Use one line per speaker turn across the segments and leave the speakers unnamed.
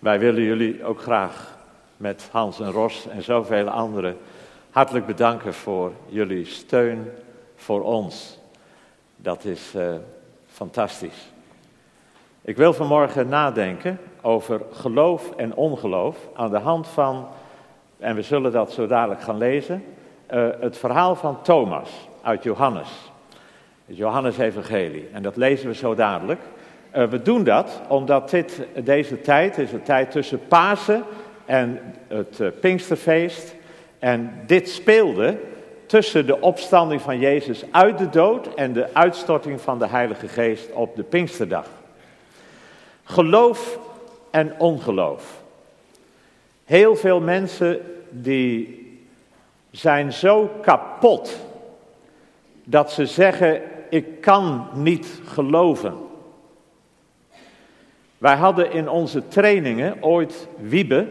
Wij willen jullie ook graag met Hans en Ros en zoveel anderen hartelijk bedanken voor jullie steun voor ons. Dat is fantastisch. Ik wil vanmorgen nadenken over geloof en ongeloof aan de hand van, en we zullen dat zo dadelijk gaan lezen, het verhaal van Thomas uit Johannes. Het Johannes-evangelie. En dat lezen we zo dadelijk. We doen dat omdat deze tijd is de tijd tussen Pasen en het Pinksterfeest. En dit speelde tussen de opstanding van Jezus uit de dood en de uitstorting van de Heilige Geest op de Pinksterdag. Geloof en ongeloof. Heel veel mensen die zijn zo kapot dat ze zeggen, ik kan niet geloven. Wij hadden in onze trainingen ooit Wiebe,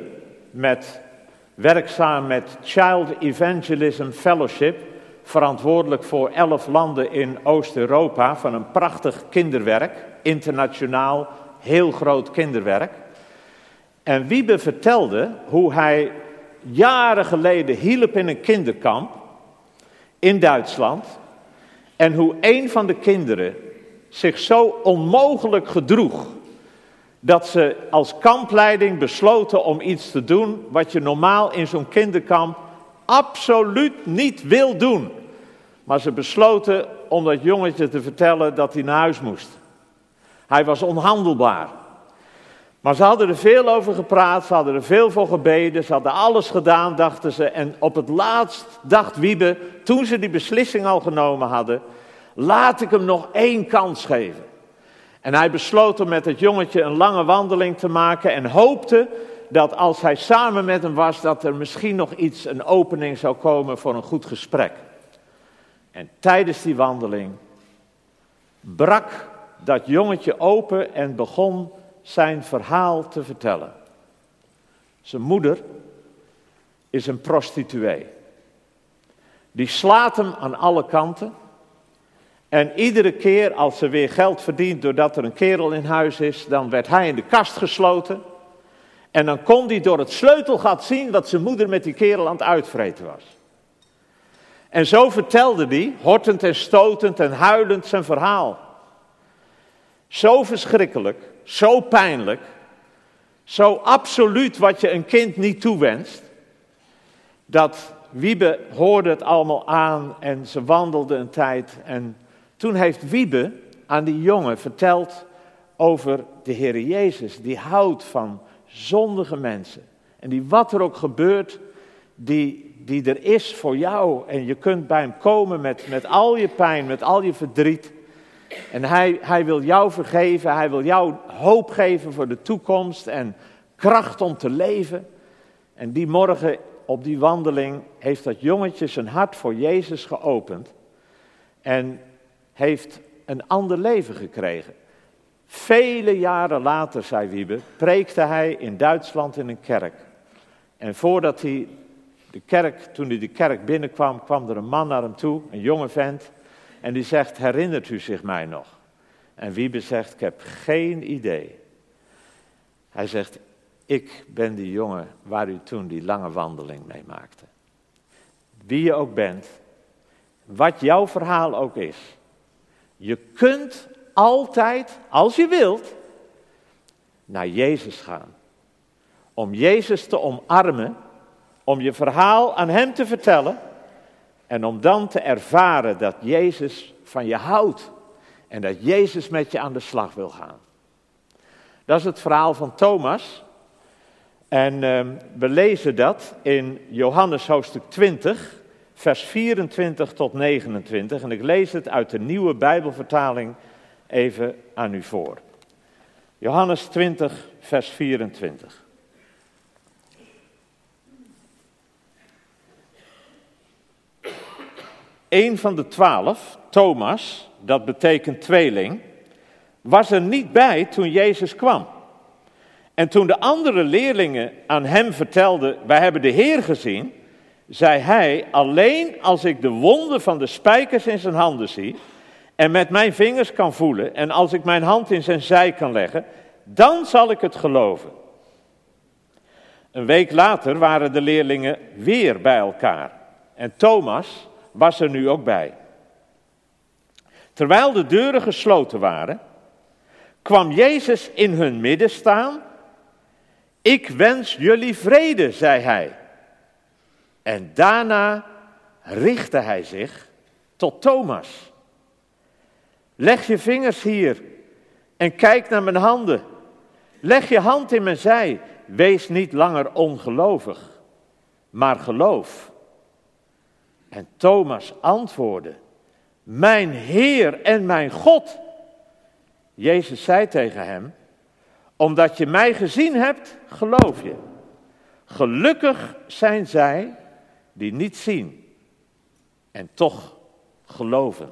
werkzaam met Child Evangelism Fellowship, verantwoordelijk voor 11 landen in Oost-Europa, van een prachtig kinderwerk, internationaal, heel groot kinderwerk. En Wiebe vertelde hoe hij jaren geleden hielp in een kinderkamp in Duitsland. En hoe een van de kinderen zich zo onmogelijk gedroeg, dat ze als kampleiding besloten om iets te doen wat je normaal in zo'n kinderkamp absoluut niet wil doen. Maar ze besloten om dat jongetje te vertellen dat hij naar huis moest. Hij was onhandelbaar. Maar ze hadden er veel over gepraat, ze hadden er veel voor gebeden, ze hadden alles gedaan, dachten ze. En op het laatst dacht Wiebe, toen ze die beslissing al genomen hadden, laat ik hem nog 1 kans geven. En hij besloot om met het jongetje een lange wandeling te maken en hoopte dat als hij samen met hem was, dat er misschien nog een opening zou komen voor een goed gesprek. En tijdens die wandeling brak dat jongetje open en begon zijn verhaal te vertellen. Zijn moeder is een prostituee. Die slaat hem aan alle kanten. En iedere keer als ze weer geld verdient doordat er een kerel in huis is, dan werd hij in de kast gesloten. En dan kon hij door het sleutelgat zien wat zijn moeder met die kerel aan het uitvreten was. En zo vertelde hij, hortend en stotend en huilend, zijn verhaal. Zo verschrikkelijk, zo pijnlijk, zo absoluut wat je een kind niet toewenst, dat Wiebe hoorde het allemaal aan en ze wandelden een tijd. En toen heeft Wiebe aan die jongen verteld over de Heer Jezus, die houdt van zondige mensen. En die wat er ook gebeurt, die er is voor jou. En je kunt bij hem komen met al je pijn, met al je verdriet. En hij wil jou vergeven, hij wil jou hoop geven voor de toekomst en kracht om te leven. En die morgen op die wandeling heeft dat jongetje zijn hart voor Jezus geopend. En heeft een ander leven gekregen. Vele jaren later, zei Wiebe, preekte hij in Duitsland in een kerk. En voordat toen hij de kerk binnenkwam, kwam er een man naar hem toe, een jonge vent. En die zegt, herinnert u zich mij nog? En Wiebe zegt, ik heb geen idee. Hij zegt, ik ben die jongen waar u toen die lange wandeling mee maakte. Wie je ook bent, wat jouw verhaal ook is. Je kunt altijd, als je wilt, naar Jezus gaan. Om Jezus te omarmen, om je verhaal aan hem te vertellen. En om dan te ervaren dat Jezus van je houdt. En dat Jezus met je aan de slag wil gaan. Dat is het verhaal van Thomas. En we lezen dat in Johannes hoofdstuk 20, vers 24 tot 29. En ik lees het uit de nieuwe Bijbelvertaling even aan u voor. Johannes 20, vers 24. Een van de 12, Thomas, dat betekent tweeling, was er niet bij toen Jezus kwam. En toen de andere leerlingen aan hem vertelden, wij hebben de Heer gezien, zei hij, alleen als ik de wonden van de spijkers in zijn handen zie en met mijn vingers kan voelen en als ik mijn hand in zijn zij kan leggen, dan zal ik het geloven. Een week later waren de leerlingen weer bij elkaar. En Thomas was er nu ook bij. Terwijl de deuren gesloten waren, kwam Jezus in hun midden staan. Ik wens jullie vrede, zei hij. En daarna richtte hij zich tot Thomas. Leg je vingers hier en kijk naar mijn handen. Leg je hand in mijn zij. Wees niet langer ongelovig, maar geloof. En Thomas antwoordde, mijn Heer en mijn God. Jezus zei tegen hem, omdat je mij gezien hebt, geloof je. Gelukkig zijn zij die niet zien en toch geloven.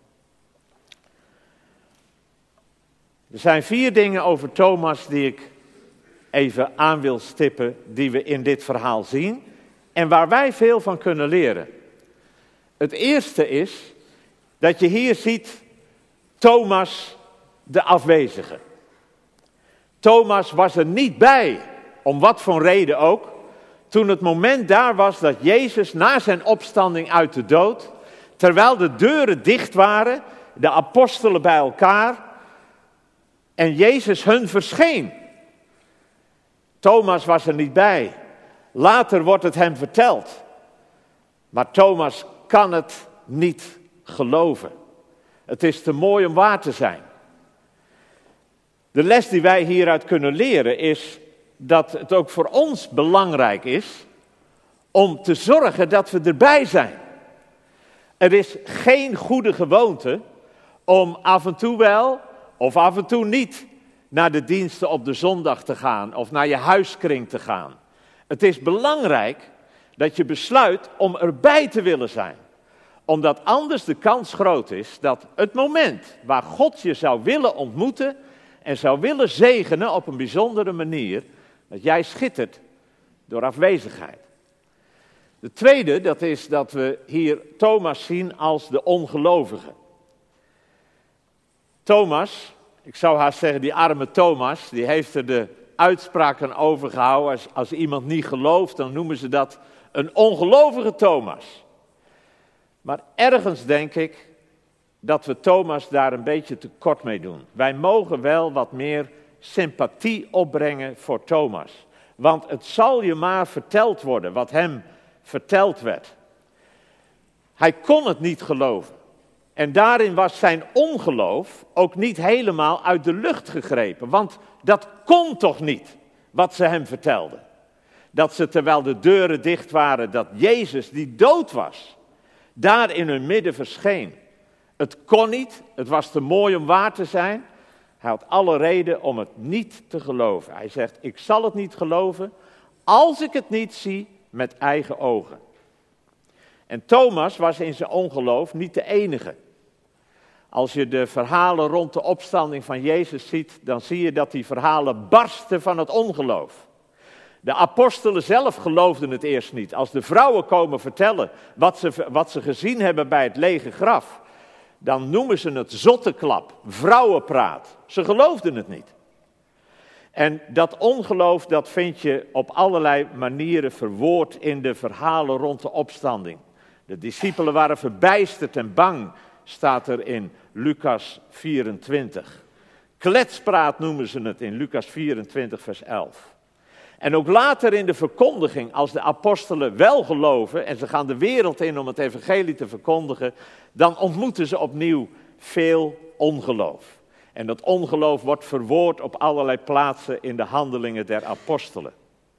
Er zijn 4 dingen over Thomas die ik even aan wil stippen, die we in dit verhaal zien en waar wij veel van kunnen leren. Het eerste is dat je hier ziet Thomas de afwezige. Thomas was er niet bij, om wat voor reden ook, toen het moment daar was dat Jezus na zijn opstanding uit de dood, terwijl de deuren dicht waren, de apostelen bij elkaar en Jezus hun verscheen. Thomas was er niet bij. Later wordt het hem verteld. Maar Thomas kan het niet geloven. Het is te mooi om waar te zijn. De les die wij hieruit kunnen leren is dat het ook voor ons belangrijk is om te zorgen dat we erbij zijn. Er is geen goede gewoonte om af en toe wel of af en toe niet naar de diensten op de zondag te gaan of naar je huiskring te gaan. Het is belangrijk dat je besluit om erbij te willen zijn. Omdat anders de kans groot is dat het moment waar God je zou willen ontmoeten en zou willen zegenen op een bijzondere manier, dat jij schittert door afwezigheid. De tweede, dat is dat we hier Thomas zien als de ongelovige. Thomas, ik zou haast zeggen die arme Thomas, die heeft er de uitspraken over gehouden. Als iemand niet gelooft, dan noemen ze dat een ongelovige Thomas. Maar ergens denk ik dat we Thomas daar een beetje tekort mee doen. Wij mogen wel wat meer sympathie opbrengen voor Thomas. Want het zal je maar verteld worden wat hem verteld werd. Hij kon het niet geloven. En daarin was zijn ongeloof ook niet helemaal uit de lucht gegrepen. Want dat kon toch niet, wat ze hem vertelden. Dat ze terwijl de deuren dicht waren, dat Jezus die dood was, daar in hun midden verscheen. Het kon niet, het was te mooi om waar te zijn. Hij had alle reden om het niet te geloven. Hij zegt, ik zal het niet geloven als ik het niet zie met eigen ogen. En Thomas was in zijn ongeloof niet de enige. Als je de verhalen rond de opstanding van Jezus ziet, dan zie je dat die verhalen barsten van het ongeloof. De apostelen zelf geloofden het eerst niet. Als de vrouwen komen vertellen wat ze gezien hebben bij het lege graf, dan noemen ze het zotteklap, vrouwenpraat. Ze geloofden het niet. En dat ongeloof, dat vind je op allerlei manieren verwoord in de verhalen rond de opstanding. De discipelen waren verbijsterd en bang, staat er in Lucas 24. Kletspraat noemen ze het in Lucas 24 vers 11. En ook later in de verkondiging, als de apostelen wel geloven en ze gaan de wereld in om het evangelie te verkondigen, dan ontmoeten ze opnieuw veel ongeloof. En dat ongeloof wordt verwoord op allerlei plaatsen in de handelingen der apostelen.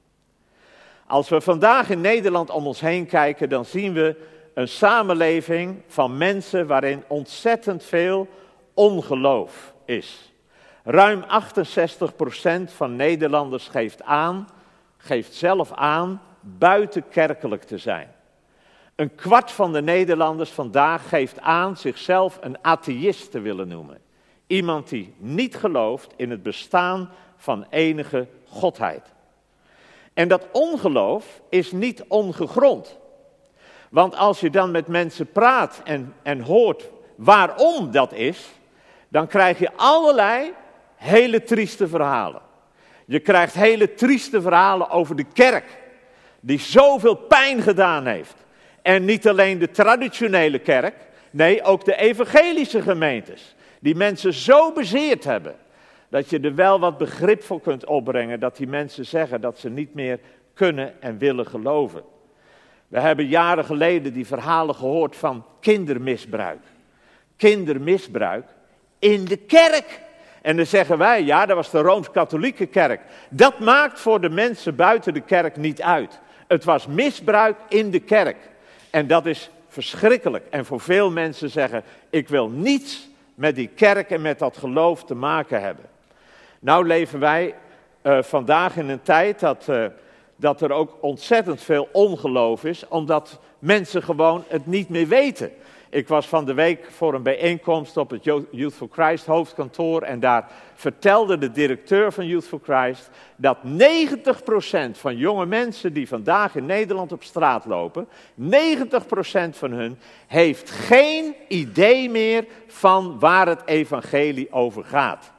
Als we vandaag in Nederland om ons heen kijken, dan zien we een samenleving van mensen waarin ontzettend veel ongeloof is. Ruim 68% van Nederlanders geeft zelf aan buitenkerkelijk te zijn. Een kwart van de Nederlanders vandaag geeft aan zichzelf een atheïst te willen noemen. Iemand die niet gelooft in het bestaan van enige godheid. En dat ongeloof is niet ongegrond. Want als je dan met mensen praat en hoort waarom dat is, dan krijg je allerlei hele trieste verhalen. Je krijgt hele trieste verhalen over de kerk, die zoveel pijn gedaan heeft. En niet alleen de traditionele kerk, nee, ook de evangelische gemeentes. Die mensen zo bezeerd hebben, dat je er wel wat begrip voor kunt opbrengen, dat die mensen zeggen dat ze niet meer kunnen en willen geloven. We hebben jaren geleden die verhalen gehoord van kindermisbruik. Kindermisbruik in de kerk. En dan zeggen wij, ja, dat was de Rooms-Katholieke kerk. Dat maakt voor de mensen buiten de kerk niet uit. Het was misbruik in de kerk. En dat is verschrikkelijk. En voor veel mensen zeggen, ik wil niets met die kerk en met dat geloof te maken hebben. Nou leven wij vandaag in een tijd dat er ook ontzettend veel ongeloof is, omdat mensen gewoon het niet meer weten. Ik was van de week voor een bijeenkomst op het Youth for Christ hoofdkantoor en daar vertelde de directeur van Youth for Christ dat 90% van jonge mensen die vandaag in Nederland op straat lopen, 90% van hun heeft geen idee meer van waar het evangelie over gaat.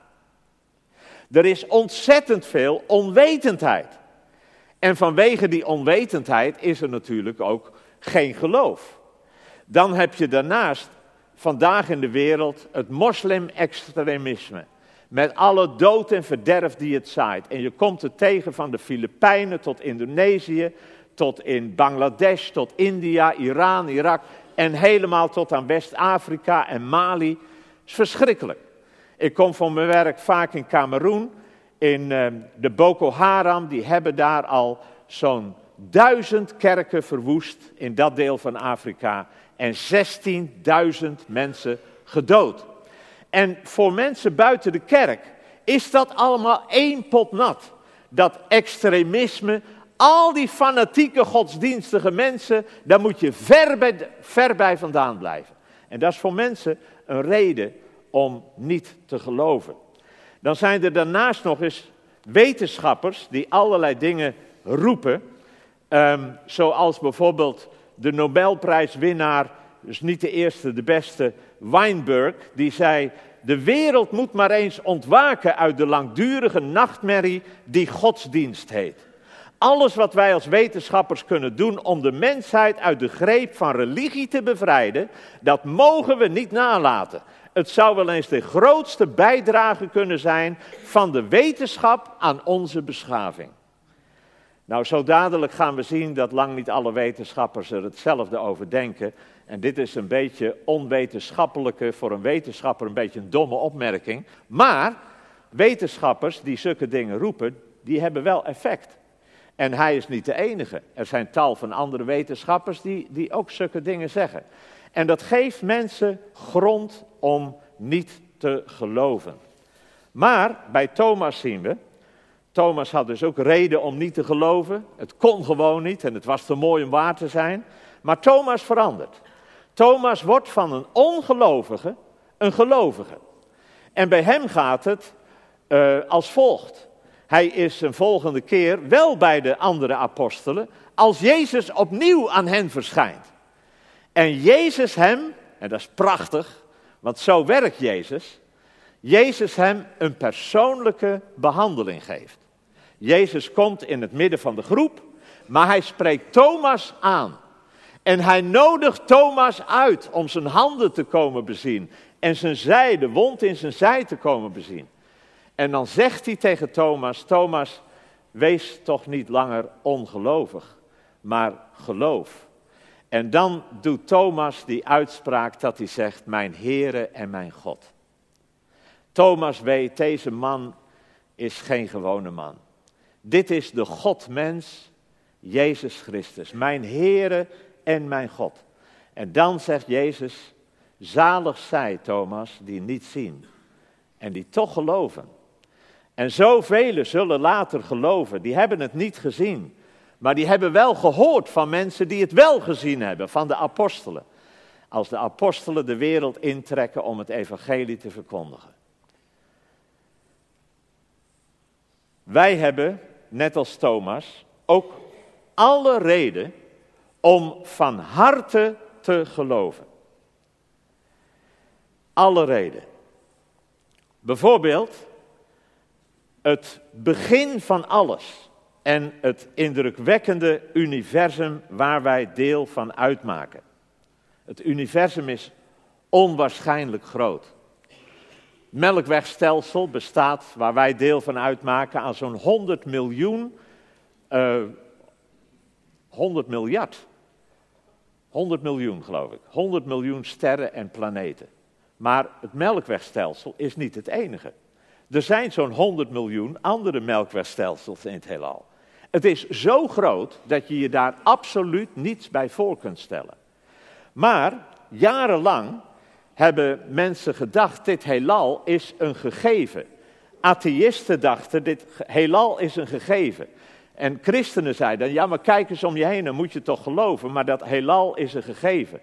Er is ontzettend veel onwetendheid. En vanwege die onwetendheid is er natuurlijk ook geen geloof. Dan heb je daarnaast vandaag in de wereld het moslim-extremisme. Met alle dood en verderf die het zaait. En je komt het tegen van de Filipijnen tot Indonesië, tot in Bangladesh, tot India, Iran, Irak en helemaal tot aan West-Afrika en Mali. Het is verschrikkelijk. Ik kom van mijn werk vaak in Kameroen, in de Boko Haram, die hebben daar al zo'n 1000 kerken verwoest in dat deel van Afrika en 16.000 mensen gedood. En voor mensen buiten de kerk is dat allemaal één pot nat. Dat extremisme, al die fanatieke godsdienstige mensen, daar moet je ver bij vandaan blijven. En dat is voor mensen een reden om niet te geloven. Dan zijn er daarnaast nog eens wetenschappers die allerlei dingen roepen. Zoals bijvoorbeeld de Nobelprijswinnaar, dus niet de eerste, de beste, Weinberg, die zei: de wereld moet maar eens ontwaken uit de langdurige nachtmerrie die godsdienst heet. Alles wat wij als wetenschappers kunnen doen om de mensheid uit de greep van religie te bevrijden, dat mogen we niet nalaten. Het zou wel eens de grootste bijdrage kunnen zijn van de wetenschap aan onze beschaving. Nou, zo dadelijk gaan we zien dat lang niet alle wetenschappers er hetzelfde over denken. En dit is een beetje onwetenschappelijke, voor een wetenschapper een beetje een domme opmerking. Maar wetenschappers die zulke dingen roepen, die hebben wel effect. En hij is niet de enige. Er zijn tal van andere wetenschappers die ook zulke dingen zeggen. En dat geeft mensen grond om niet te geloven. Maar bij Thomas zien we, Thomas had dus ook reden om niet te geloven. Het kon gewoon niet en het was te mooi om waar te zijn. Maar Thomas verandert. Thomas wordt van een ongelovige een gelovige. En bij hem gaat het als volgt. Hij is een volgende keer wel bij de andere apostelen, als Jezus opnieuw aan hen verschijnt. En Jezus hem, en dat is prachtig, want zo werkt Jezus hem een persoonlijke behandeling geeft. Jezus komt in het midden van de groep, maar hij spreekt Thomas aan. En hij nodigt Thomas uit om zijn handen te komen bezien en zijn zij, de wond in zijn zij te komen bezien. En dan zegt hij tegen Thomas: Thomas, wees toch niet langer ongelovig, maar geloof. En dan doet Thomas die uitspraak dat hij zegt: mijn Heere en mijn God. Thomas weet, deze man is geen gewone man. Dit is de Godmens, Jezus Christus, mijn Heere en mijn God. En dan zegt Jezus: zalig zij, Thomas, die niet zien en die toch geloven. En zoveel zullen later geloven, die hebben het niet gezien, maar die hebben wel gehoord van mensen die het wel gezien hebben, van de apostelen. Als de apostelen de wereld intrekken om het evangelie te verkondigen. Wij hebben, net als Thomas, ook alle reden om van harte te geloven. Alle reden. Bijvoorbeeld, het begin van alles en het indrukwekkende universum waar wij deel van uitmaken. Het universum is onwaarschijnlijk groot. Het Melkwegstelsel bestaat, waar wij deel van uitmaken, aan zo'n 100 miljoen, 100 miljard. 100 miljoen geloof ik. 100 miljoen sterren en planeten. Maar het Melkwegstelsel is niet het enige. Er zijn zo'n 100 miljoen andere Melkwegstelsels in het heelal. Het is zo groot dat je je daar absoluut niets bij voor kunt stellen. Maar jarenlang hebben mensen gedacht, dit heelal is een gegeven. Atheïsten dachten, dit heelal is een gegeven. En christenen zeiden, ja maar kijk eens om je heen, dan moet je toch geloven, maar dat heelal is een gegeven.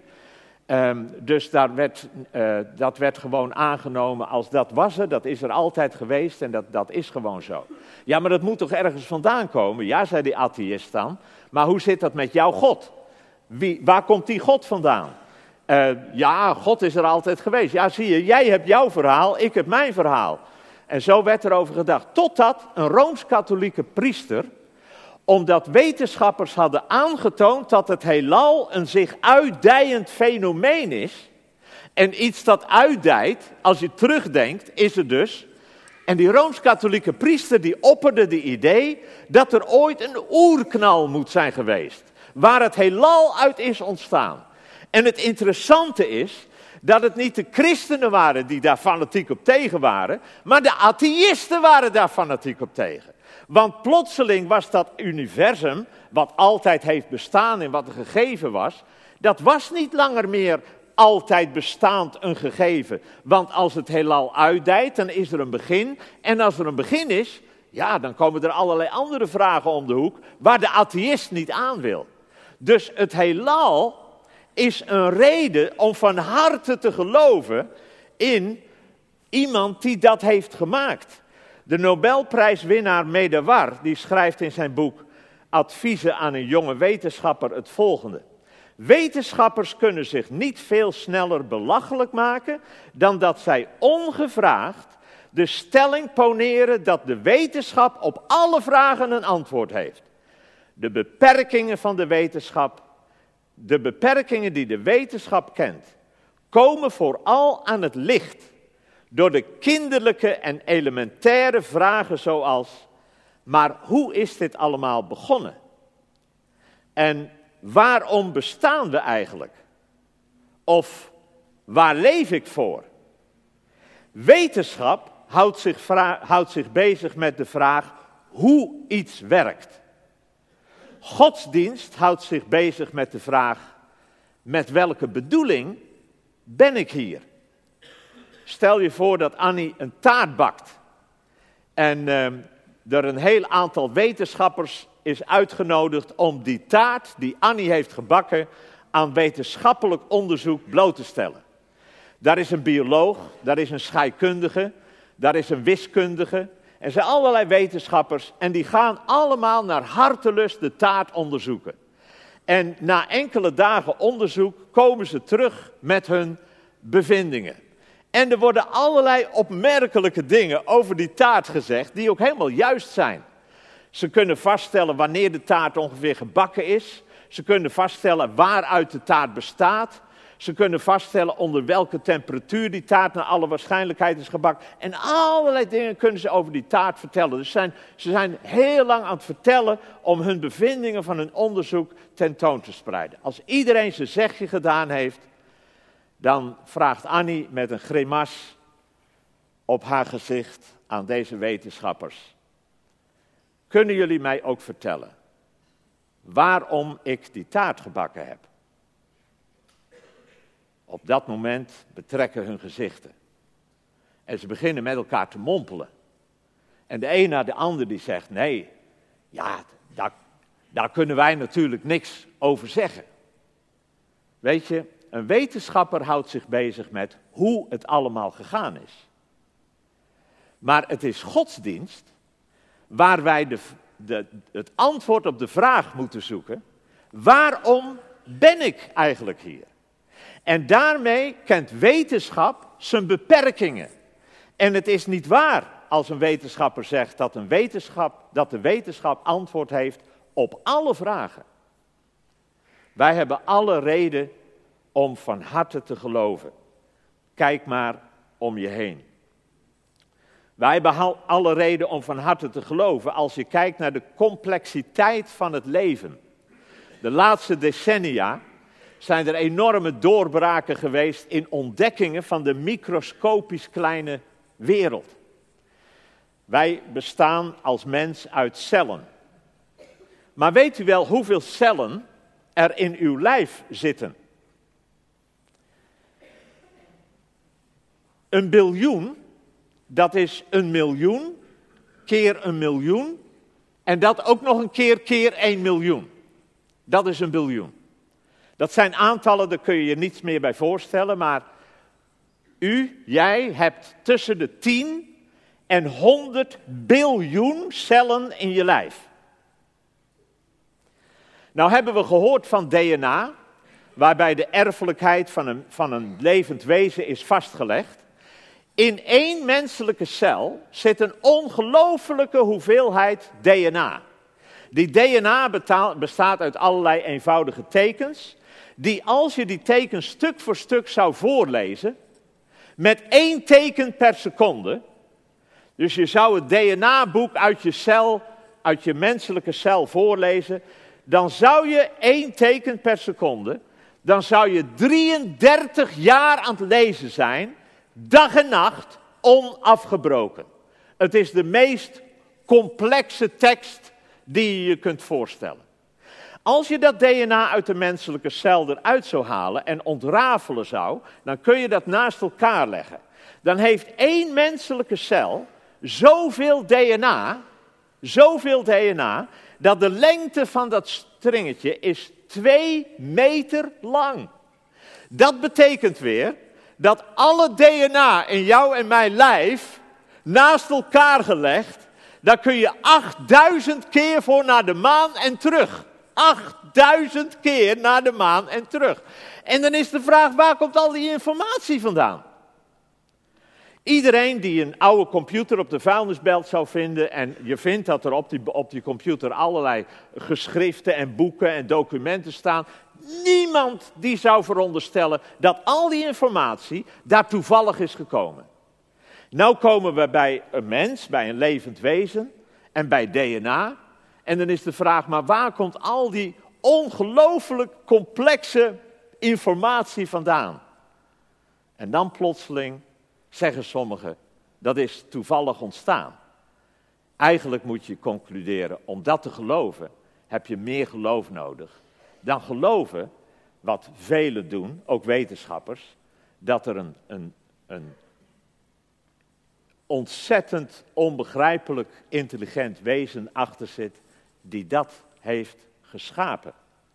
Dus dat werd gewoon aangenomen als dat was er, dat is er altijd geweest en dat is gewoon zo. Ja, maar dat moet toch ergens vandaan komen? Ja, zei die atheïst dan, maar hoe zit dat met jouw God? Waar komt die God vandaan? Ja, God is er altijd geweest. Ja, zie je, jij hebt jouw verhaal, ik heb mijn verhaal. En zo werd er over gedacht, totdat een Rooms-katholieke priester, omdat wetenschappers hadden aangetoond dat het heelal een zich uitdijend fenomeen is. En iets dat uitdijt, als je terugdenkt, is het dus. En die Rooms-katholieke priester die opperde de idee dat er ooit een oerknal moet zijn geweest. Waar het heelal uit is ontstaan. En het interessante is dat het niet de christenen waren die daar fanatiek op tegen waren. Maar de atheïsten waren daar fanatiek op tegen. Want plotseling was dat universum, wat altijd heeft bestaan en wat een gegeven was, dat was niet langer meer altijd bestaand een gegeven. Want als het heelal uitdijt, dan is er een begin. En als er een begin is, ja, dan komen er allerlei andere vragen om de hoek, waar de atheïst niet aan wil. Dus het heelal is een reden om van harte te geloven in iemand die dat heeft gemaakt. De Nobelprijswinnaar Medawar, die schrijft in zijn boek Adviezen aan een jonge wetenschapper het volgende. Wetenschappers kunnen zich niet veel sneller belachelijk maken dan dat zij ongevraagd de stelling poneren dat de wetenschap op alle vragen een antwoord heeft. De beperkingen van de wetenschap, de beperkingen die de wetenschap kent, komen vooral aan het licht door de kinderlijke en elementaire vragen zoals, maar hoe is dit allemaal begonnen? En waarom bestaan we eigenlijk? Of waar leef ik voor? Wetenschap houdt zich bezig met de vraag hoe iets werkt. Godsdienst houdt zich bezig met de vraag, met welke bedoeling ben ik hier? Stel je voor dat Annie een taart bakt en er een heel aantal wetenschappers is uitgenodigd om die taart die Annie heeft gebakken aan wetenschappelijk onderzoek bloot te stellen. Daar is een bioloog, daar is een scheikundige, daar is een wiskundige. Er zijn allerlei wetenschappers en die gaan allemaal naar hartelust de taart onderzoeken. En na enkele dagen onderzoek komen ze terug met hun bevindingen. En er worden allerlei opmerkelijke dingen over die taart gezegd die ook helemaal juist zijn. Ze kunnen vaststellen wanneer de taart ongeveer gebakken is. Ze kunnen vaststellen waaruit de taart bestaat. Ze kunnen vaststellen onder welke temperatuur die taart naar alle waarschijnlijkheid is gebakken. En allerlei dingen kunnen ze over die taart vertellen. Dus ze zijn heel lang aan het vertellen om hun bevindingen van hun onderzoek tentoon te spreiden. Als iedereen zijn zegje gedaan heeft, dan vraagt Annie met een grimas op haar gezicht aan deze wetenschappers: kunnen jullie mij ook vertellen waarom ik die taart gebakken heb? Op dat moment betrekken hun gezichten. En ze beginnen met elkaar te mompelen. En de een na de ander die zegt, nee, ja, daar kunnen wij natuurlijk niks over zeggen. Weet je, een wetenschapper houdt zich bezig met hoe het allemaal gegaan is. Maar het is godsdienst waar wij het antwoord op de vraag moeten zoeken: waarom ben ik eigenlijk hier? En daarmee kent wetenschap zijn beperkingen. En het is niet waar als een wetenschapper zegt dat de wetenschap antwoord heeft op alle vragen. Wij hebben alle reden om van harte te geloven. Kijk maar om je heen. Wij hebben alle reden om van harte te geloven als je kijkt naar de complexiteit van het leven. De laatste decennia zijn er enorme doorbraken geweest in ontdekkingen van de microscopisch kleine wereld. Wij bestaan als mens uit cellen. Maar weet u wel hoeveel cellen er in uw lijf zitten? 1 biljoen, dat is 1 miljoen keer 1 miljoen en dat ook nog een keer 1 miljoen. Dat is 1 biljoen. Dat zijn aantallen, daar kun je je niets meer bij voorstellen, maar jij hebt tussen de 10 en 100 biljoen cellen in je lijf. Nou hebben we gehoord van DNA, waarbij de erfelijkheid van een levend wezen is vastgelegd. In 1 menselijke cel zit een ongelofelijke hoeveelheid DNA. Die DNA bestaat uit allerlei eenvoudige tekens, die als je die tekens stuk voor stuk zou voorlezen, met 1 teken per seconde, dus je zou het DNA-boek uit je menselijke cel voorlezen, dan zou je 1 teken per seconde, dan zou je 33 jaar aan het lezen zijn, dag en nacht, onafgebroken. Het is de meest complexe tekst die je je kunt voorstellen. Als je dat DNA uit de menselijke cel eruit zou halen en ontrafelen zou, dan kun je dat naast elkaar leggen. Dan heeft 1 menselijke cel zoveel DNA, dat de lengte van dat stringetje is 2 meter lang. Dat betekent weer dat alle DNA in jou en mijn lijf naast elkaar gelegd, daar kun je 8000 keer voor naar de maan en terug. 8000 keer naar de maan en terug. En dan is de vraag, waar komt al die informatie vandaan? Iedereen die een oude computer op de vuilnisbelt zou vinden, en je vindt dat er op die computer allerlei geschriften en boeken en documenten staan, niemand die zou veronderstellen dat al die informatie daar toevallig is gekomen. Nou komen we bij een mens, bij een levend wezen en bij DNA. En dan is de vraag, maar waar komt al die ongelooflijk complexe informatie vandaan? En dan plotseling zeggen sommigen, dat is toevallig ontstaan. Eigenlijk moet je concluderen, om dat te geloven, heb je meer geloof nodig. Dan geloven, wat velen doen, ook wetenschappers, dat er een ontzettend onbegrijpelijk intelligent wezen achter zit, die dat heeft geschapen.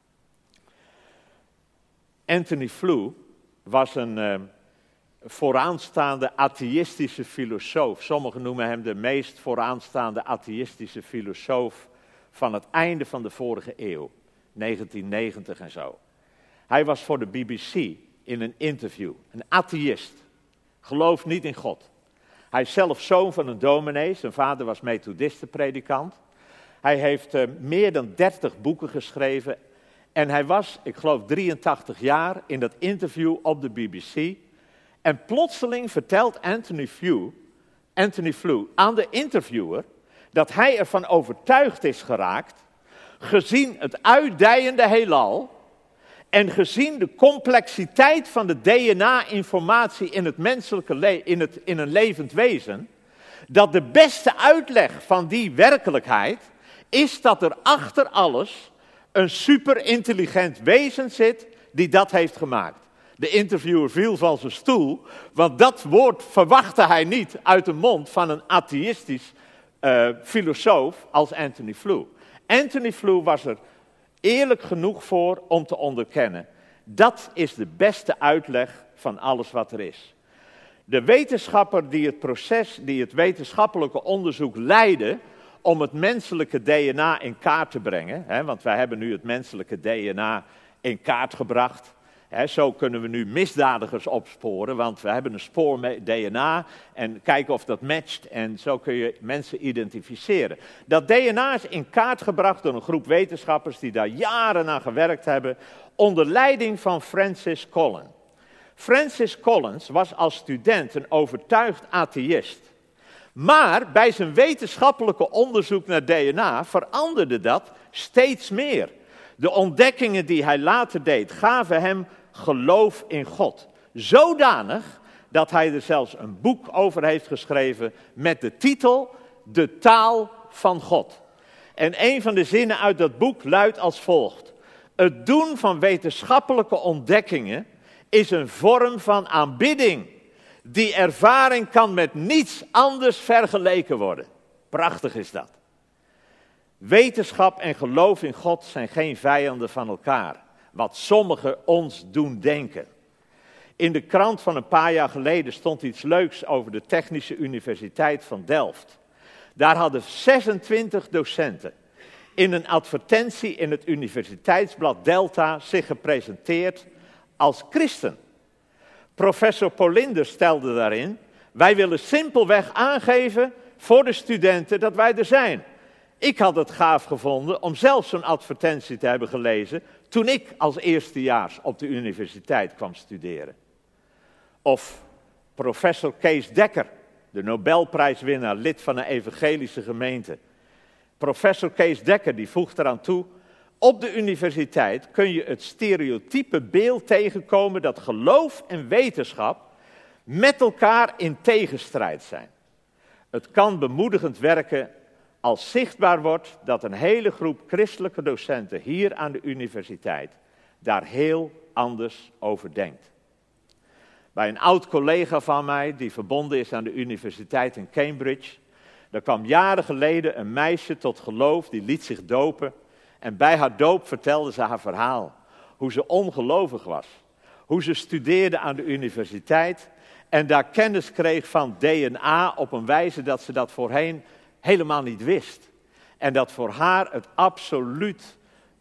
Anthony Flew was een vooraanstaande atheïstische filosoof. Sommigen noemen hem de meest vooraanstaande atheïstische filosoof van het einde van de vorige eeuw, 1990 en zo. Hij was voor de BBC in een interview, een atheïst, gelooft niet in God. Hij is zelf zoon van een dominee, zijn vader was methodistenpredikant. Hij heeft meer dan 30 boeken geschreven en hij was, ik geloof 83 jaar, in dat interview op de BBC. En plotseling vertelt Anthony Flew aan de interviewer dat hij ervan overtuigd is geraakt, gezien het uitdijende heelal en gezien de complexiteit van de DNA-informatie in het menselijke in een levend wezen, dat de beste uitleg van die werkelijkheid is dat er achter alles een superintelligent wezen zit die dat heeft gemaakt. De interviewer viel van zijn stoel, want dat woord verwachtte hij niet uit de mond van een atheïstisch filosoof als Anthony Flew. Anthony Flew was er eerlijk genoeg voor om te onderkennen. Dat is de beste uitleg van alles wat er is. De wetenschapper die het wetenschappelijke onderzoek leidde om het menselijke DNA in kaart te brengen, want wij hebben nu het menselijke DNA in kaart gebracht. Zo kunnen we nu misdadigers opsporen, want we hebben een spoor met DNA en kijken of dat matcht en zo kun je mensen identificeren. Dat DNA is in kaart gebracht door een groep wetenschappers die daar jaren aan gewerkt hebben, onder leiding van Francis Collins. Francis Collins was als student een overtuigd atheïst. Maar bij zijn wetenschappelijke onderzoek naar DNA veranderde dat steeds meer. De ontdekkingen die hij later deed gaven hem geloof in God. Zodanig dat hij er zelfs een boek over heeft geschreven met de titel De taal van God. En een van de zinnen uit dat boek luidt als volgt: het doen van wetenschappelijke ontdekkingen is een vorm van aanbidding. Die ervaring kan met niets anders vergeleken worden. Prachtig is dat. Wetenschap en geloof in God zijn geen vijanden van elkaar, wat sommigen ons doen denken. In de krant van een paar jaar geleden stond iets leuks over de Technische Universiteit van Delft. Daar hadden 26 docenten in een advertentie in het universiteitsblad Delta zich gepresenteerd als christen. Professor Polinder stelde daarin: wij willen simpelweg aangeven voor de studenten dat wij er zijn. Ik had het gaaf gevonden om zelf zo'n advertentie te hebben gelezen toen ik als eerstejaars op de universiteit kwam studeren. Of professor Kees Dekker, de Nobelprijswinnaar, lid van een evangelische gemeente. Professor Kees Dekker die voegt eraan toe: op de universiteit kun je het stereotype beeld tegenkomen dat geloof en wetenschap met elkaar in tegenstrijd zijn. Het kan bemoedigend werken als zichtbaar wordt dat een hele groep christelijke docenten hier aan de universiteit daar heel anders over denkt. Bij een oud collega van mij die verbonden is aan de universiteit in Cambridge, daar kwam jaren geleden een meisje tot geloof, die liet zich dopen. En bij haar doop vertelde ze haar verhaal. Hoe ze ongelovig was. Hoe ze studeerde aan de universiteit. En daar kennis kreeg van DNA op een wijze dat ze dat voorheen helemaal niet wist. En dat voor haar het absoluut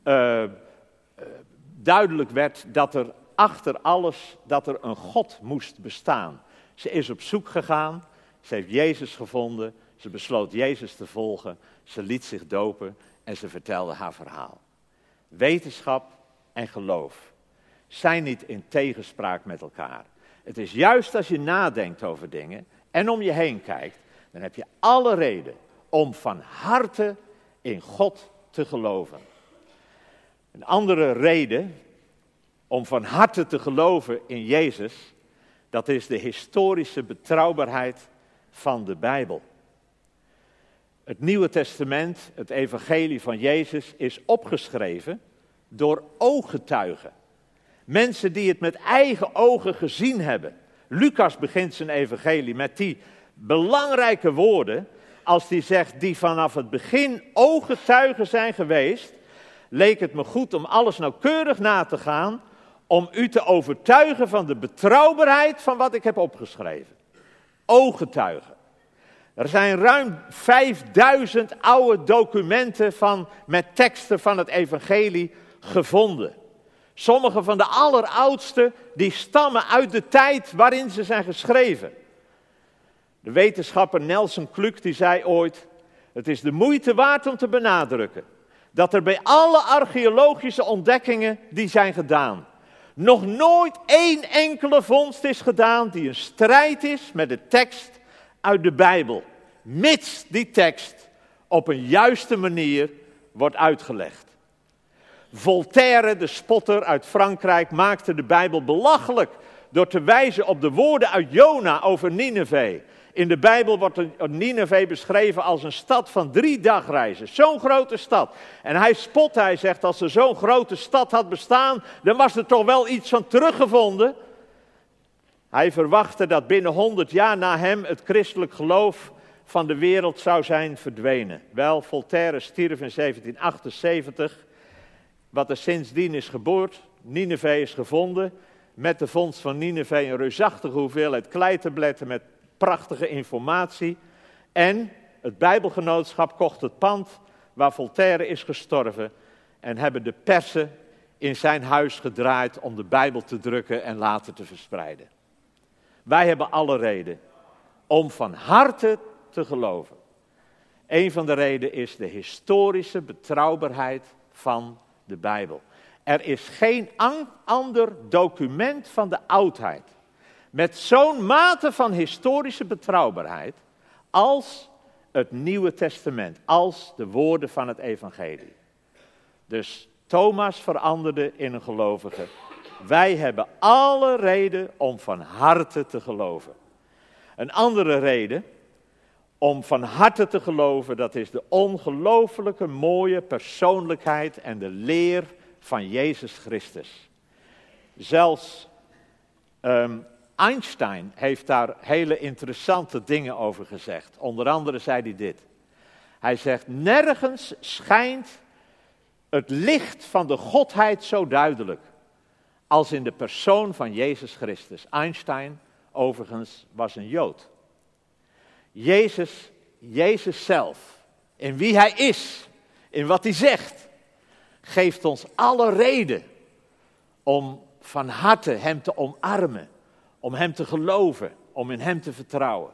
duidelijk werd dat er achter alles, dat er een God moest bestaan. Ze is op zoek gegaan. Ze heeft Jezus gevonden. Ze besloot Jezus te volgen. Ze liet zich dopen. En ze vertelde haar verhaal. Wetenschap en geloof zijn niet in tegenspraak met elkaar. Het is juist als je nadenkt over dingen en om je heen kijkt, dan heb je alle reden om van harte in God te geloven. Een andere reden om van harte te geloven in Jezus, dat is de historische betrouwbaarheid van de Bijbel. Het Nieuwe Testament, het evangelie van Jezus, is opgeschreven door ooggetuigen. Mensen die het met eigen ogen gezien hebben. Lucas begint zijn evangelie met die belangrijke woorden, als hij zegt, die vanaf het begin ooggetuigen zijn geweest, leek het me goed om alles nauwkeurig na te gaan, om u te overtuigen van de betrouwbaarheid van wat ik heb opgeschreven. Ooggetuigen. Er zijn ruim 5000 oude documenten met teksten van het evangelie gevonden. Sommige van de alleroudste, die stammen uit de tijd waarin ze zijn geschreven. De wetenschapper Nelson Kluck die zei ooit: het is de moeite waard om te benadrukken dat er bij alle archeologische ontdekkingen die zijn gedaan, nog nooit één enkele vondst is gedaan die een strijd is met de tekst uit de Bijbel, mits die tekst op een juiste manier wordt uitgelegd. Voltaire, de spotter uit Frankrijk, maakte de Bijbel belachelijk door te wijzen op de woorden uit Jona over Nineve. In de Bijbel wordt Nineve beschreven als een stad van 3 dagreizen. Zo'n grote stad. En hij spot, hij zegt, als er zo'n grote stad had bestaan, dan was er toch wel iets van teruggevonden. Hij verwachtte dat binnen 100 jaar na hem het christelijk geloof van de wereld zou zijn verdwenen. Wel, Voltaire stierf in 1778. Wat er sindsdien is gebeurd, Nineve is gevonden. Met de vondst van Nineve een reusachtige hoeveelheid kleitabletten met prachtige informatie. En het Bijbelgenootschap kocht het pand waar Voltaire is gestorven en hebben de persen in zijn huis gedraaid om de Bijbel te drukken en later te verspreiden. Wij hebben alle reden om van harte te geloven. Een van de redenen is de historische betrouwbaarheid van de Bijbel. Er is geen ander document van de oudheid met zo'n mate van historische betrouwbaarheid als het Nieuwe Testament, als de woorden van het evangelie. Dus Thomas veranderde in een gelovige. Wij hebben alle reden om van harte te geloven. Een andere reden om van harte te geloven, dat is de ongelooflijke mooie persoonlijkheid en de leer van Jezus Christus. Zelfs Einstein heeft daar hele interessante dingen over gezegd. Onder andere zei hij dit. Hij zegt, nergens schijnt het licht van de Godheid zo duidelijk als in de persoon van Jezus Christus. Einstein, overigens, was een Jood. Jezus zelf, in wie hij is, in wat hij zegt, geeft ons alle reden om van harte hem te omarmen, om hem te geloven, om in hem te vertrouwen.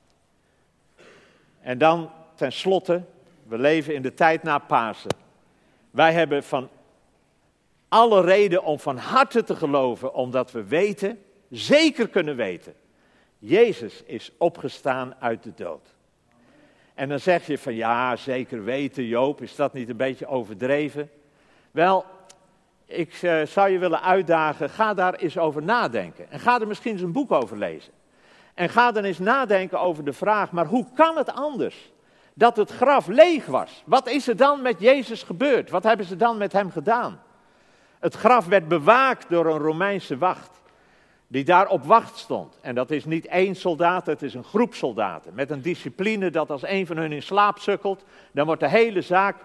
En dan tenslotte, we leven in de tijd na Pasen. Wij hebben van alle reden om van harte te geloven, omdat we weten, zeker kunnen weten, Jezus is opgestaan uit de dood. En dan zeg je van ja, zeker weten Joop, is dat niet een beetje overdreven? Wel, ik zou je willen uitdagen, ga daar eens over nadenken. En ga er misschien eens een boek over lezen. En ga dan eens nadenken over de vraag, maar hoe kan het anders dat het graf leeg was? Wat is er dan met Jezus gebeurd? Wat hebben ze dan met hem gedaan? Het graf werd bewaakt door een Romeinse wacht, die daar op wacht stond. En dat is niet één soldaat, het is een groep soldaten. Met een discipline dat als een van hun in slaap sukkelt, dan wordt de hele zaak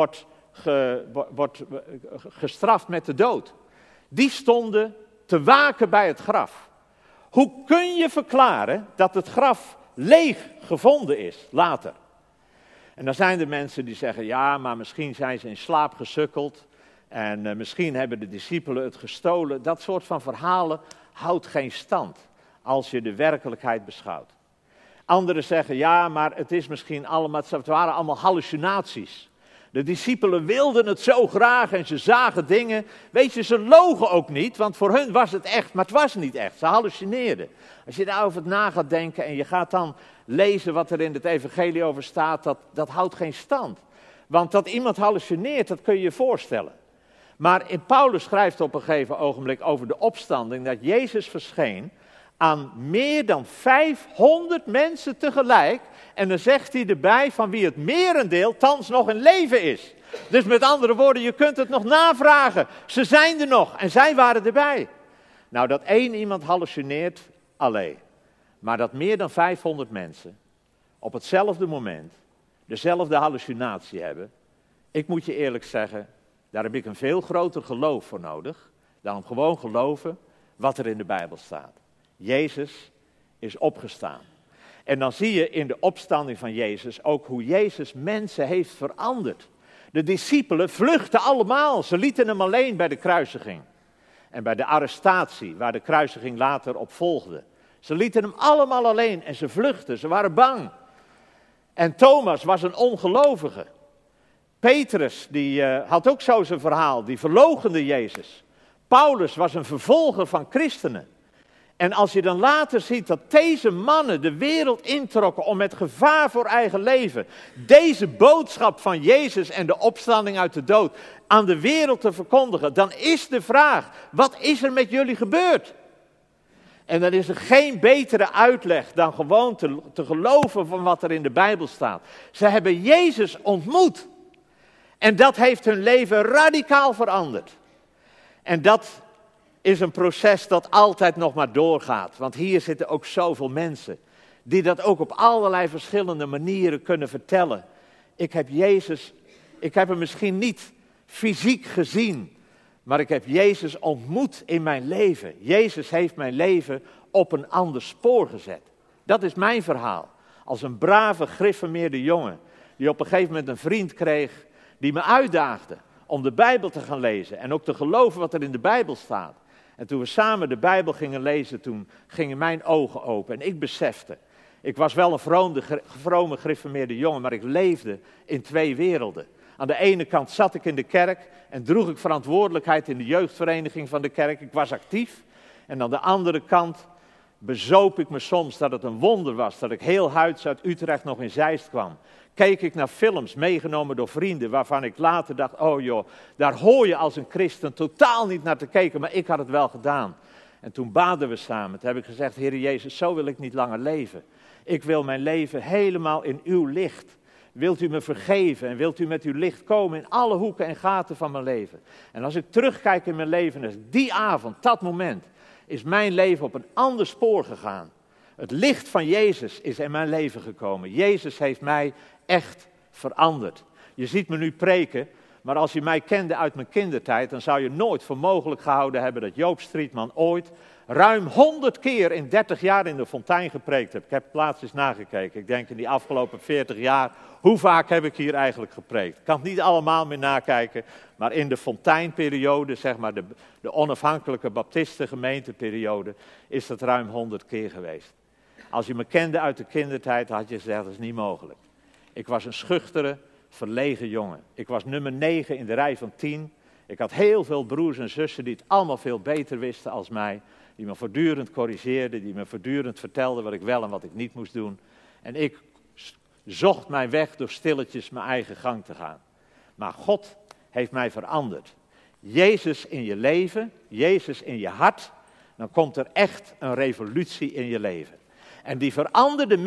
gestraft met de dood. Die stonden te waken bij het graf. Hoe kun je verklaren dat het graf leeg gevonden is later? En dan zijn er mensen die zeggen, ja, maar misschien zijn ze in slaap gesukkeld. En misschien hebben de discipelen het gestolen. Dat soort van verhalen houdt geen stand als je de werkelijkheid beschouwt. Anderen zeggen, ja, maar het is misschien allemaal, het waren allemaal hallucinaties. De discipelen wilden het zo graag en ze zagen dingen. Weet je, ze logen ook niet, want voor hun was het echt, maar het was niet echt. Ze hallucineerden. Als je daarover na gaat denken en je gaat dan lezen wat er in het evangelie over staat, dat houdt geen stand. Want dat iemand hallucineert, dat kun je je voorstellen. Maar Paulus schrijft op een gegeven ogenblik over de opstanding dat Jezus verscheen aan meer dan 500 mensen tegelijk. En dan zegt hij erbij van wie het merendeel thans nog in leven is. Dus met andere woorden, je kunt het nog navragen. Ze zijn er nog en zij waren erbij. Nou, dat één iemand hallucineert, alleen. Maar dat meer dan 500 mensen op hetzelfde moment dezelfde hallucinatie hebben. Ik moet je eerlijk zeggen, daar heb ik een veel groter geloof voor nodig dan gewoon geloven wat er in de Bijbel staat. Jezus is opgestaan. En dan zie je in de opstanding van Jezus ook hoe Jezus mensen heeft veranderd. De discipelen vluchtten allemaal, ze lieten hem alleen bij de kruisiging. En bij de arrestatie, waar de kruisiging later op volgde. Ze lieten hem allemaal alleen en ze vluchtten, ze waren bang. En Thomas was een ongelovige. Petrus, die had ook zo zijn verhaal, die verloochende Jezus. Paulus was een vervolger van christenen. En als je dan later ziet dat deze mannen de wereld introkken om met gevaar voor eigen leven deze boodschap van Jezus en de opstanding uit de dood aan de wereld te verkondigen, dan is de vraag, wat is er met jullie gebeurd? En dan is er geen betere uitleg dan gewoon te geloven van wat er in de Bijbel staat. Ze hebben Jezus ontmoet. En dat heeft hun leven radicaal veranderd. En dat is een proces dat altijd nog maar doorgaat. Want hier zitten ook zoveel mensen die dat ook op allerlei verschillende manieren kunnen vertellen. Ik heb hem misschien niet fysiek gezien, maar ik heb Jezus ontmoet in mijn leven. Jezus heeft mijn leven op een ander spoor gezet. Dat is mijn verhaal. Als een brave, gereformeerde jongen die op een gegeven moment een vriend kreeg die me uitdaagde om de Bijbel te gaan lezen en ook te geloven wat er in de Bijbel staat. En toen we samen de Bijbel gingen lezen, toen gingen mijn ogen open en ik besefte. Ik was wel een vrome gereformeerde jongen, maar ik leefde in twee werelden. Aan de ene kant zat ik in de kerk en droeg ik verantwoordelijkheid in de jeugdvereniging van de kerk. Ik was actief. En aan de andere kant bezoop ik me soms dat het een wonder was dat ik heel huids uit Utrecht nog in Zeist kwam. Keek ik naar films meegenomen door vrienden waarvan ik later dacht, oh joh, daar hoor je als een christen totaal niet naar te kijken, maar ik had het wel gedaan. En toen baden we samen, toen heb ik gezegd, Heer Jezus, zo wil ik niet langer leven. Ik wil mijn leven helemaal in uw licht. Wilt u me vergeven en wilt u met uw licht komen in alle hoeken en gaten van mijn leven. En als ik terugkijk in mijn leven, is die avond, dat moment, is mijn leven op een ander spoor gegaan. Het licht van Jezus is in mijn leven gekomen. Jezus heeft mij echt veranderd. Je ziet me nu preken, maar als je mij kende uit mijn kindertijd, dan zou je nooit voor mogelijk gehouden hebben dat Joop Strietman ooit ruim 100 keer in 30 jaar in de Fontein gepreekt heeft. Ik heb het laatst eens nagekeken. Ik denk in die afgelopen 40 jaar, hoe vaak heb ik hier eigenlijk gepreekt? Ik kan het niet allemaal meer nakijken, maar in de Fonteinperiode, zeg maar de onafhankelijke baptistengemeenteperiode, is dat ruim 100 keer geweest. Als je me kende uit de kindertijd, had je gezegd, dat is niet mogelijk. Ik was een schuchtere, verlegen jongen. Ik was nummer 9 in de rij van 10. Ik had heel veel broers en zussen die het allemaal veel beter wisten als mij. Die me voortdurend corrigeerden, die me voortdurend vertelden wat ik wel en wat ik niet moest doen. En ik zocht mijn weg door stilletjes mijn eigen gang te gaan. Maar God heeft mij veranderd. Jezus in je leven, Jezus in je hart, dan komt er echt een revolutie in je leven. En die veranderde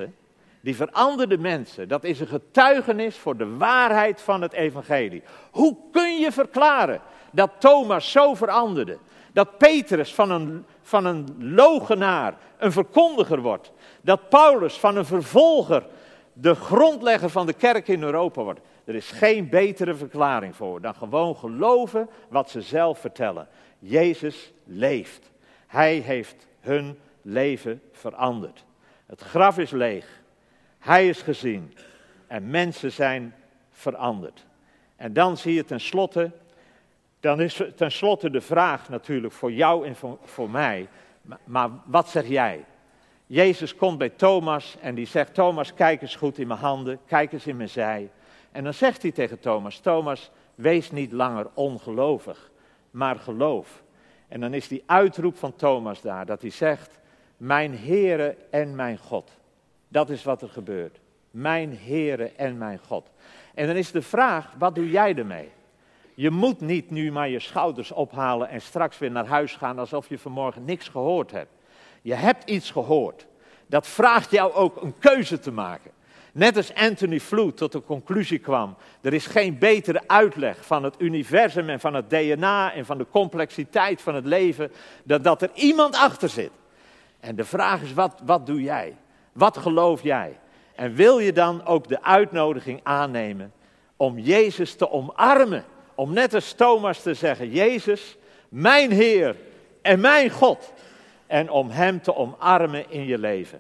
mensen, dat is een getuigenis voor de waarheid van het evangelie. Hoe kun je verklaren dat Thomas zo veranderde? Dat Petrus van een logenaar een verkondiger wordt. Dat Paulus van een vervolger de grondlegger van de kerk in Europa wordt. Er is geen betere verklaring voor dan gewoon geloven wat ze zelf vertellen. Jezus leeft. Hij heeft hun leven veranderd. Het graf is leeg. Hij is gezien. En mensen zijn veranderd. En dan zie je tenslotte, dan is tenslotte de vraag natuurlijk voor jou en voor mij. Maar wat zeg jij? Jezus komt bij Thomas en die zegt, Thomas, kijk eens goed in mijn handen, kijk eens in mijn zij. En dan zegt hij tegen Thomas, Thomas, wees niet langer ongelovig, maar geloof. En dan is die uitroep van Thomas daar, dat hij zegt, mijn Heere en mijn God. Dat is wat er gebeurt. Mijn Heere en mijn God. En dan is de vraag, wat doe jij ermee? Je moet niet nu maar je schouders ophalen en straks weer naar huis gaan alsof je vanmorgen niks gehoord hebt. Je hebt iets gehoord. Dat vraagt jou ook een keuze te maken. Net als Anthony Flew tot de conclusie kwam, er is geen betere uitleg van het universum en van het DNA en van de complexiteit van het leven, dan dat er iemand achter zit. En de vraag is, wat doe jij? Wat geloof jij? En wil je dan ook de uitnodiging aannemen om Jezus te omarmen? Om net als Thomas te zeggen, Jezus, mijn Heer en mijn God. En om hem te omarmen in je leven.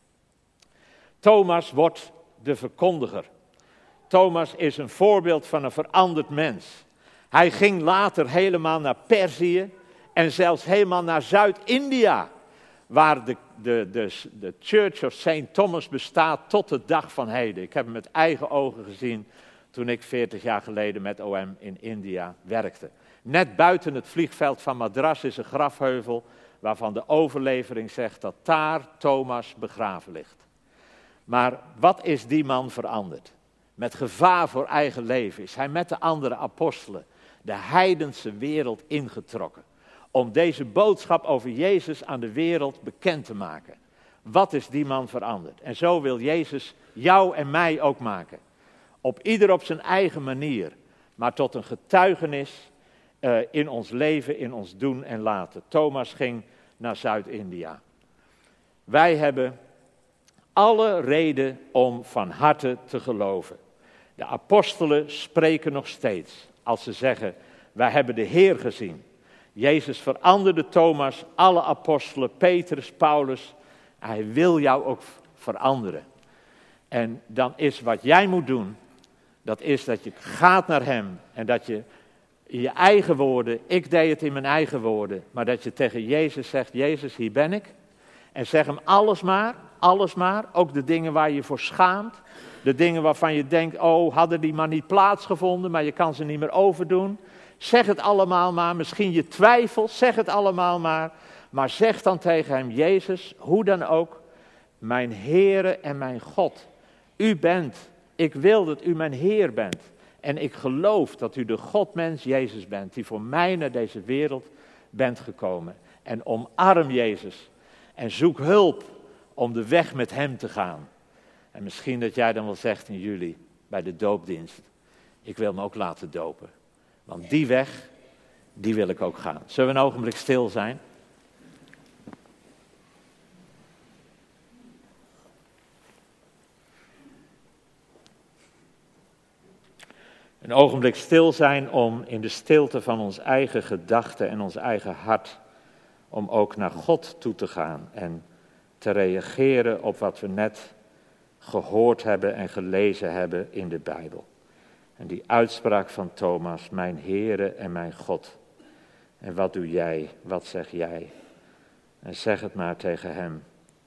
Thomas wordt de verkondiger. Thomas is een voorbeeld van een veranderd mens. Hij ging later helemaal naar Perzië en zelfs helemaal naar Zuid-India, waar de Church of St. Thomas bestaat tot de dag van heden. Ik heb hem met eigen ogen gezien toen ik 40 jaar geleden met OM in India werkte. Net buiten het vliegveld van Madras is een grafheuvel waarvan de overlevering zegt dat daar Thomas begraven ligt. Maar wat is die man veranderd? Met gevaar voor eigen leven is hij met de andere apostelen de heidense wereld ingetrokken. Om deze boodschap over Jezus aan de wereld bekend te maken. Wat is die man veranderd? En zo wil Jezus jou en mij ook maken. Ieder op zijn eigen manier. Maar tot een getuigenis in ons leven, in ons doen en laten. Thomas ging naar Zuid-India. Wij hebben alle reden om van harte te geloven. De apostelen spreken nog steeds als ze zeggen, wij hebben de Heer gezien. Jezus veranderde Thomas, alle apostelen, Petrus, Paulus. Hij wil jou ook veranderen. En dan is wat jij moet doen, Dat is dat je gaat naar hem en dat je in je eigen woorden, ik deed het in mijn eigen woorden, maar dat je tegen Jezus zegt, Jezus, hier ben ik. En zeg hem alles maar, ook de dingen waar je voor schaamt. De dingen waarvan je denkt, oh, hadden die maar niet plaatsgevonden, maar je kan ze niet meer overdoen. Zeg het allemaal maar, misschien je twijfelt, zeg het allemaal maar. Maar zeg dan tegen hem, Jezus, hoe dan ook, mijn Heere en mijn God. U bent, ik wil dat u mijn Heer bent. En ik geloof dat u de Godmens Jezus bent, die voor mij naar deze wereld bent gekomen. En omarm Jezus en zoek hulp om de weg met hem te gaan. En misschien dat jij dan wel zegt in juli bij de doopdienst, ik wil me ook laten dopen. Want die weg, die wil ik ook gaan. Zullen we een ogenblik stil zijn? Een ogenblik stil zijn om in de stilte van ons eigen gedachten en ons eigen hart, om ook naar God toe te gaan en te reageren op wat we net gehoord hebben en gelezen hebben in de Bijbel. En die uitspraak van Thomas, mijn Heere en mijn God. En wat doe jij, wat zeg jij? En zeg het maar tegen hem.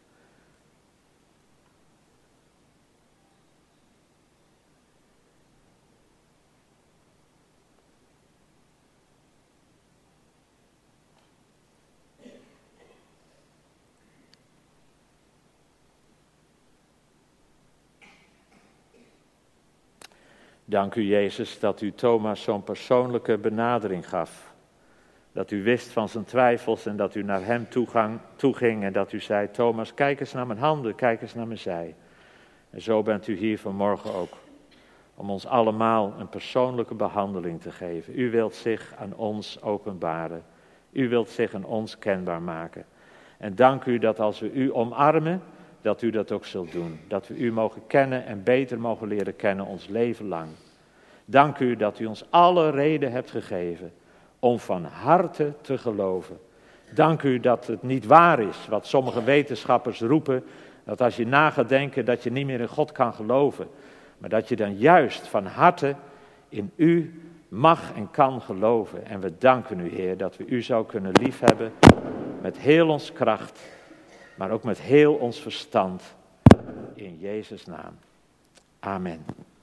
Dank u, Jezus, dat u Thomas zo'n persoonlijke benadering gaf. Dat u wist van zijn twijfels en dat u naar hem toeging en dat u zei, Thomas, kijk eens naar mijn handen, kijk eens naar mijn zij. En zo bent u hier vanmorgen ook, om ons allemaal een persoonlijke behandeling te geven. U wilt zich aan ons openbaren. U wilt zich aan ons kenbaar maken. En dank u dat als we u omarmen, dat u dat ook zult doen. Dat we u mogen kennen en beter mogen leren kennen ons leven lang. Dank u dat u ons alle reden hebt gegeven om van harte te geloven. Dank u dat het niet waar is wat sommige wetenschappers roepen, dat als je na gaat denken dat je niet meer in God kan geloven. Maar dat je dan juist van harte in u mag en kan geloven. En we danken u, Heer, dat we u zo kunnen liefhebben met heel ons kracht, maar ook met heel ons verstand. In Jezus' naam. Amen.